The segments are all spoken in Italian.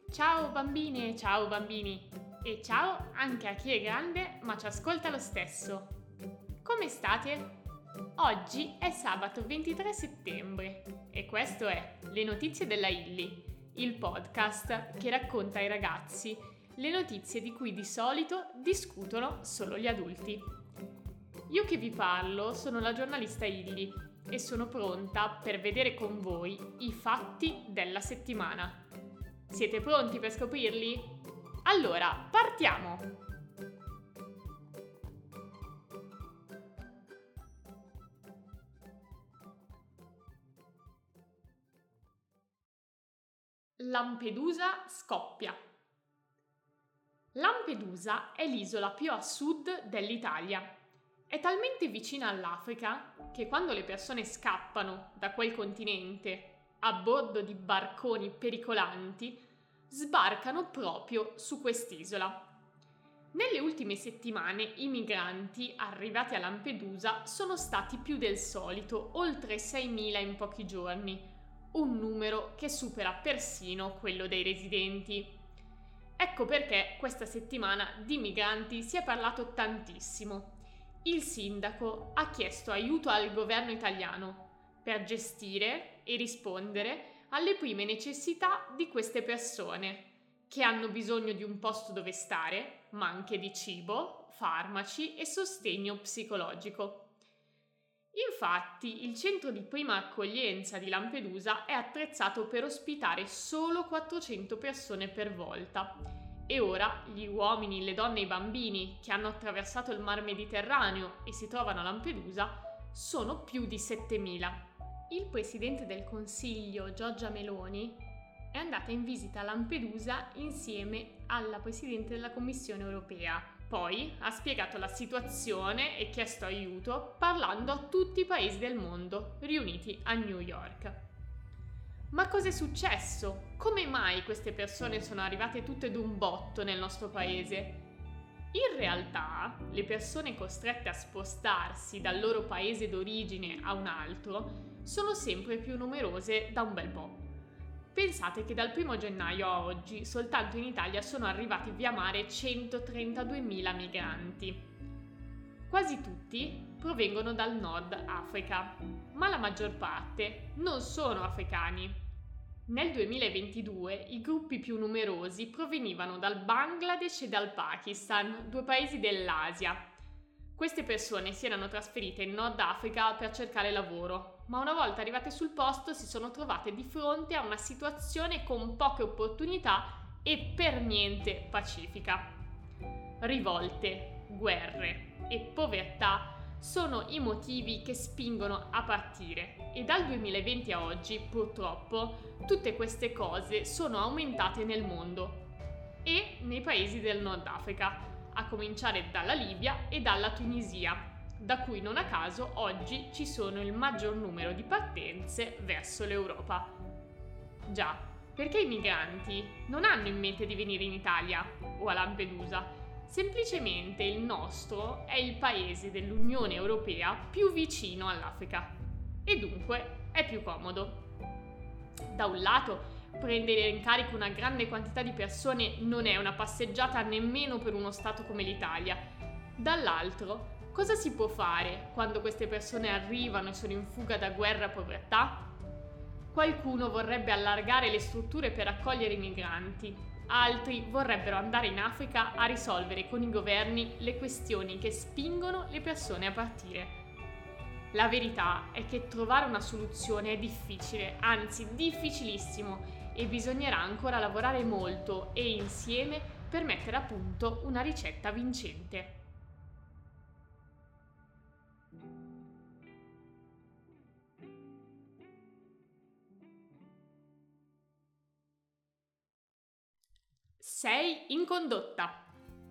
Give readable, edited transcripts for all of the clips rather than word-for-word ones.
Ciao bambine, ciao bambini e ciao anche a chi è grande ma ci ascolta lo stesso. Come state? Oggi è sabato 23 settembre e questo è Le notizie della Illy, il podcast che racconta ai ragazzi le notizie di cui di solito discutono solo gli adulti. Io che vi parlo sono la giornalista Illy e sono pronta per vedere con voi i fatti della settimana. Siete pronti per scoprirli? Allora, partiamo! Lampedusa scoppia. Lampedusa è l'isola più a sud dell'Italia. È talmente vicina all'Africa che quando le persone scappano da quel continente a bordo di barconi pericolanti, sbarcano proprio su quest'isola. Nelle ultime settimane i migranti arrivati a Lampedusa sono stati più del solito, oltre 6.000 in pochi giorni, un numero che supera persino quello dei residenti. Ecco perché questa settimana di migranti si è parlato tantissimo. Il sindaco ha chiesto aiuto al governo italiano per gestire e rispondere alle prime necessità di queste persone che hanno bisogno di un posto dove stare, ma anche di cibo, farmaci e sostegno psicologico. Infatti, il centro di prima accoglienza di Lampedusa è attrezzato per ospitare solo 400 persone per volta. E ora gli uomini, le donne e i bambini che hanno attraversato il Mar Mediterraneo e si trovano a Lampedusa sono più di 7.000. Il presidente del Consiglio, Giorgia Meloni, è andata in visita a Lampedusa insieme alla presidente della Commissione europea. Poi ha spiegato la situazione e chiesto aiuto parlando a tutti i paesi del mondo riuniti a New York. Ma cos'è successo? Come mai queste persone sono arrivate tutte d'un botto nel nostro paese? In realtà, le persone costrette a spostarsi dal loro paese d'origine a un altro sono sempre più numerose da un bel po'. Pensate che dal 1 gennaio a oggi soltanto in Italia sono arrivati via mare 132.000 migranti. Quasi tutti provengono dal Nord Africa, ma la maggior parte non sono africani. Nel 2022 i gruppi più numerosi provenivano dal Bangladesh e dal Pakistan, due paesi dell'Asia. Queste persone si erano trasferite in Nord Africa per cercare lavoro, ma una volta arrivate sul posto si sono trovate di fronte a una situazione con poche opportunità e per niente pacifica. Rivolte, guerre e povertà sono i motivi che spingono a partire e dal 2020 a oggi, purtroppo, tutte queste cose sono aumentate nel mondo e nei paesi del Nord Africa, a cominciare dalla Libia e dalla Tunisia, da cui non a caso oggi ci sono il maggior numero di partenze verso l'Europa. Già, perché i migranti non hanno in mente di venire in Italia o a Lampedusa, semplicemente il nostro è il paese dell'Unione Europea più vicino all'Africa e dunque è più comodo. Da un lato, prendere in carico una grande quantità di persone non è una passeggiata nemmeno per uno Stato come l'Italia. Dall'altro, cosa si può fare quando queste persone arrivano e sono in fuga da guerra e povertà? Qualcuno vorrebbe allargare le strutture per accogliere i migranti, altri vorrebbero andare in Africa a risolvere con i governi le questioni che spingono le persone a partire. La verità è che trovare una soluzione è difficile, anzi difficilissimo, e bisognerà ancora lavorare molto e insieme per mettere a punto una ricetta vincente. Sei in condotta.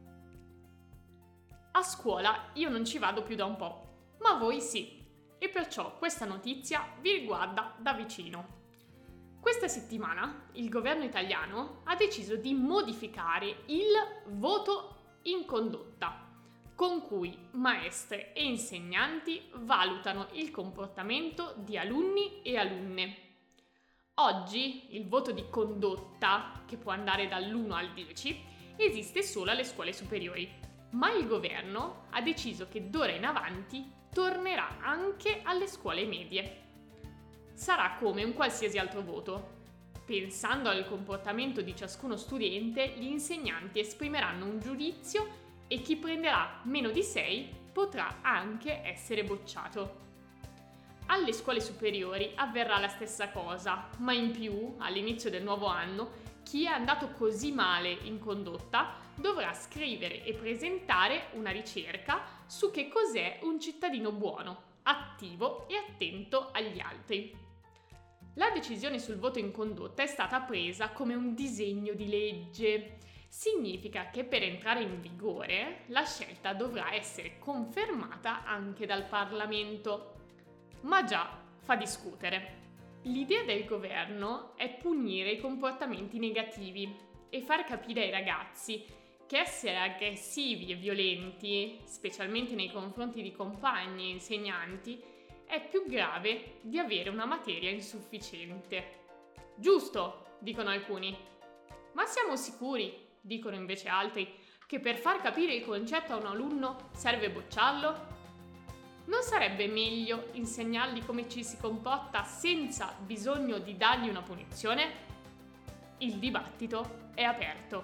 A scuola io non ci vado più da un po', ma voi sì, e perciò questa notizia vi riguarda da vicino. Questa settimana il governo italiano ha deciso di modificare il voto in condotta, con cui maestre e insegnanti valutano il comportamento di alunni e alunne. Oggi il voto di condotta, che può andare dall'1 al 10, esiste solo alle scuole superiori, ma il governo ha deciso che d'ora in avanti tornerà anche alle scuole medie. Sarà come un qualsiasi altro voto. Pensando al comportamento di ciascuno studente, gli insegnanti esprimeranno un giudizio e chi prenderà meno di 6 potrà anche essere bocciato. Alle scuole superiori avverrà la stessa cosa, ma in più, all'inizio del nuovo anno, chi è andato così male in condotta dovrà scrivere e presentare una ricerca su che cos'è un cittadino buono, attivo e attento agli altri. La decisione sul voto in condotta è stata presa come un disegno di legge. Significa che per entrare in vigore la scelta dovrà essere confermata anche dal Parlamento. Ma già, fa discutere. L'idea del governo è punire i comportamenti negativi e far capire ai ragazzi che essere aggressivi e violenti, specialmente nei confronti di compagni e insegnanti, è più grave di avere una materia insufficiente. Giusto, dicono alcuni. Ma siamo sicuri, dicono invece altri, che per far capire il concetto a un alunno serve bocciarlo? Non sarebbe meglio insegnargli come ci si comporta senza bisogno di dargli una punizione? Il dibattito è aperto.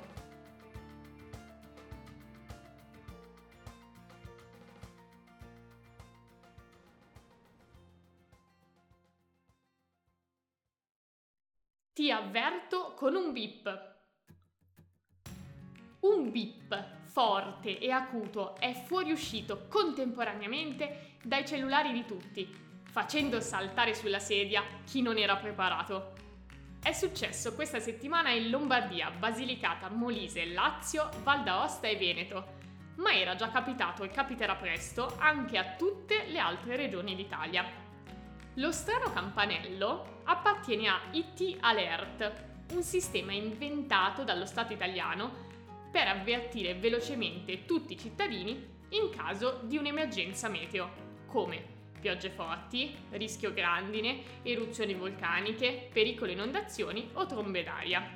Ti avverto con un bip. Un bip forte e acuto è fuoriuscito contemporaneamente dai cellulari di tutti, facendo saltare sulla sedia chi non era preparato. È successo questa settimana in Lombardia, Basilicata, Molise, Lazio, Val d'Aosta e Veneto, ma era già capitato e capiterà presto anche a tutte le altre regioni d'Italia. Lo strano campanello appartiene a IT Alert, un sistema inventato dallo Stato italiano per avvertire velocemente tutti i cittadini in caso di un'emergenza meteo, come piogge forti, rischio grandine, eruzioni vulcaniche, pericolo inondazioni o trombe d'aria.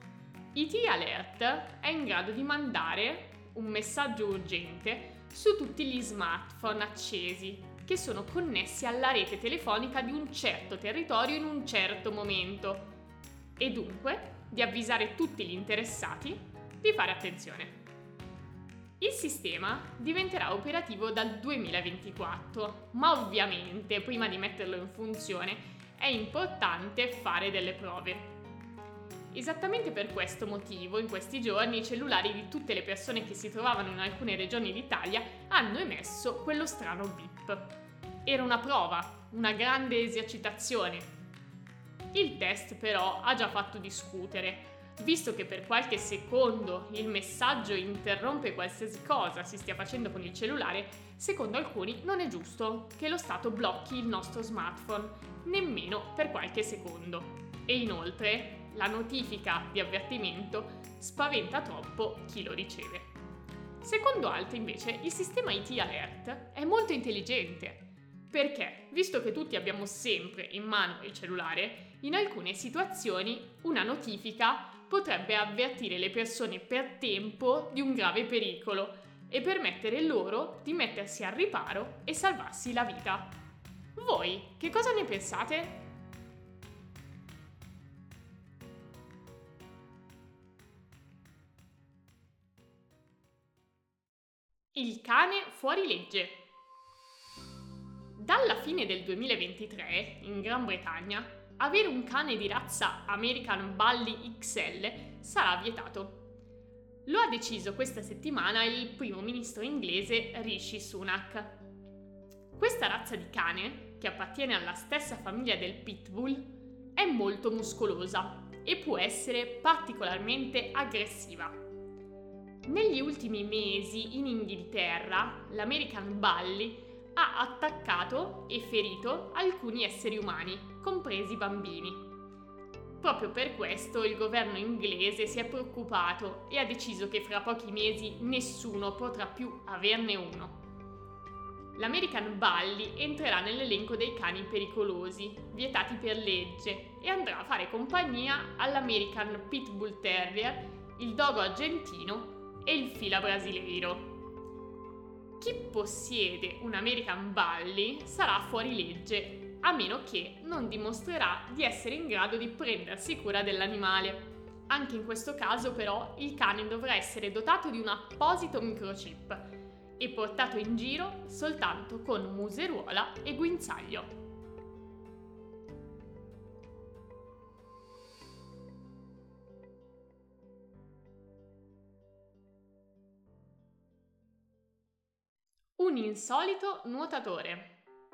IT Alert è in grado di mandare un messaggio urgente su tutti gli smartphone accesi che sono connessi alla rete telefonica di un certo territorio in un certo momento e dunque di avvisare tutti gli interessati di fare attenzione. Il sistema diventerà operativo dal 2024, ma ovviamente prima di metterlo in funzione è importante fare delle prove. Esattamente per questo motivo, in questi giorni i cellulari di tutte le persone che si trovavano in alcune regioni d'Italia hanno emesso quello strano bip. Era una prova, una grande esercitazione. Il test però ha già fatto discutere, visto che per qualche secondo il messaggio interrompe qualsiasi cosa si stia facendo con il cellulare, secondo alcuni non è giusto che lo Stato blocchi il nostro smartphone, nemmeno per qualche secondo. E inoltre, la notifica di avvertimento spaventa troppo chi lo riceve. Secondo altri, invece, il sistema IT Alert è molto intelligente. Perché, visto che tutti abbiamo sempre in mano il cellulare, in alcune situazioni una notifica potrebbe avvertire le persone per tempo di un grave pericolo e permettere loro di mettersi al riparo e salvarsi la vita. Voi che cosa ne pensate? Il cane fuori legge. Dalla fine del 2023, in Gran Bretagna, avere un cane di razza American Bully XL sarà vietato. Lo ha deciso questa settimana il primo ministro inglese Rishi Sunak. Questa razza di cane, che appartiene alla stessa famiglia del Pitbull, è molto muscolosa e può essere particolarmente aggressiva. Negli ultimi mesi in Inghilterra, l'American Bully ha attaccato e ferito alcuni esseri umani, compresi bambini. Proprio per questo il governo inglese si è preoccupato e ha deciso che fra pochi mesi nessuno potrà più averne uno. L'American Bully entrerà nell'elenco dei cani pericolosi, vietati per legge, e andrà a fare compagnia all'American Pitbull Terrier, il dogo argentino e il fila brasileiro. Chi possiede un American Bully sarà fuori legge, a meno che non dimostrerà di essere in grado di prendersi cura dell'animale. Anche in questo caso, però, il cane dovrà essere dotato di un apposito microchip e portato in giro soltanto con museruola e guinzaglio. Un insolito nuotatore.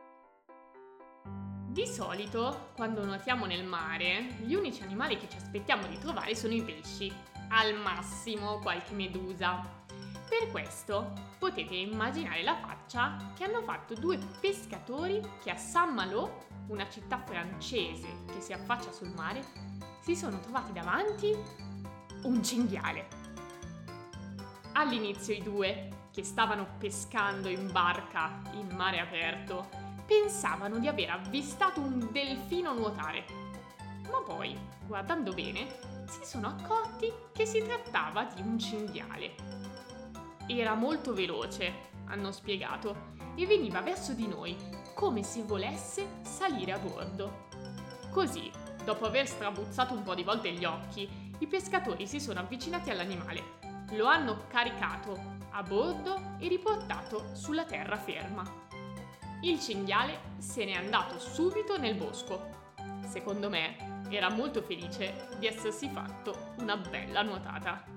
Di solito, quando nuotiamo nel mare, gli unici animali che ci aspettiamo di trovare sono i pesci, al massimo qualche medusa. Per questo potete immaginare la faccia che hanno fatto due pescatori che a Saint-Malo, una città francese che si affaccia sul mare, si sono trovati davanti un cinghiale. All'inizio i due, che stavano pescando in barca in mare aperto, pensavano di aver avvistato un delfino nuotare. Ma poi, guardando bene, si sono accorti che si trattava di un cinghiale. Era molto veloce, hanno spiegato, e veniva verso di noi, come se volesse salire a bordo. Così, dopo aver strabuzzato un po' di volte gli occhi, i pescatori si sono avvicinati all'animale, lo hanno caricato a bordo e riportato sulla terraferma. Il cinghiale se n'è andato subito nel bosco. Secondo me, era molto felice di essersi fatto una bella nuotata.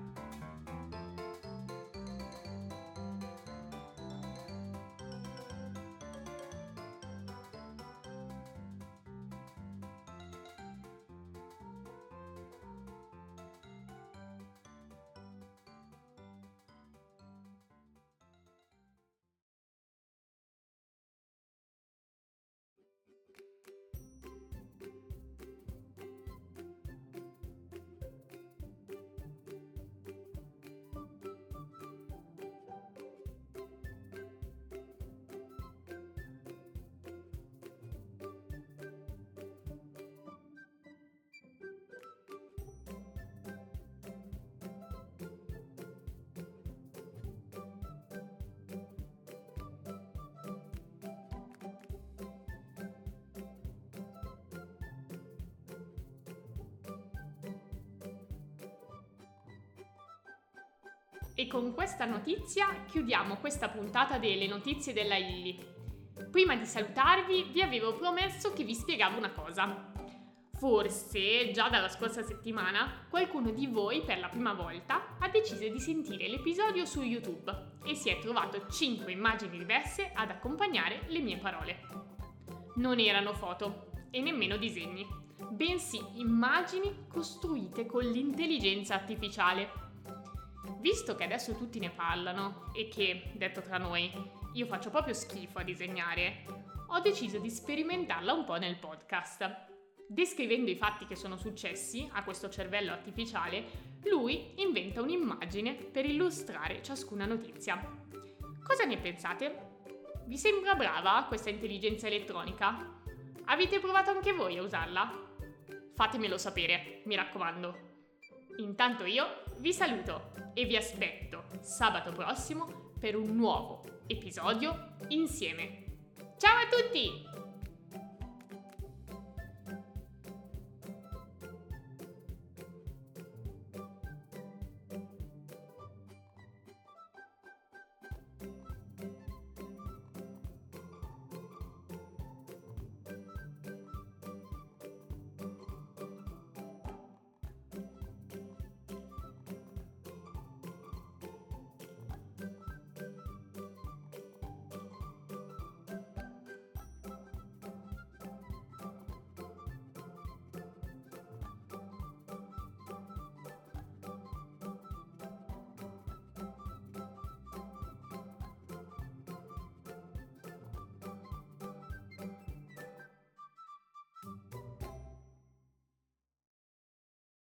E con questa notizia chiudiamo questa puntata delle notizie della Illy. Prima di salutarvi vi avevo promesso che vi spiegavo una cosa. Forse, già dalla scorsa settimana, qualcuno di voi per la prima volta ha deciso di sentire l'episodio su YouTube e si è trovato 5 immagini diverse ad accompagnare le mie parole. Non erano foto e nemmeno disegni, bensì immagini costruite con l'intelligenza artificiale. Visto che adesso tutti ne parlano e che, detto tra noi, io faccio proprio schifo a disegnare, ho deciso di sperimentarla un po' nel podcast. Descrivendo i fatti che sono successi a questo cervello artificiale, lui inventa un'immagine per illustrare ciascuna notizia. Cosa ne pensate? Vi sembra brava questa intelligenza elettronica? Avete provato anche voi a usarla? Fatemelo sapere, mi raccomando. Intanto io vi saluto e vi aspetto sabato prossimo per un nuovo episodio insieme. Ciao a tutti!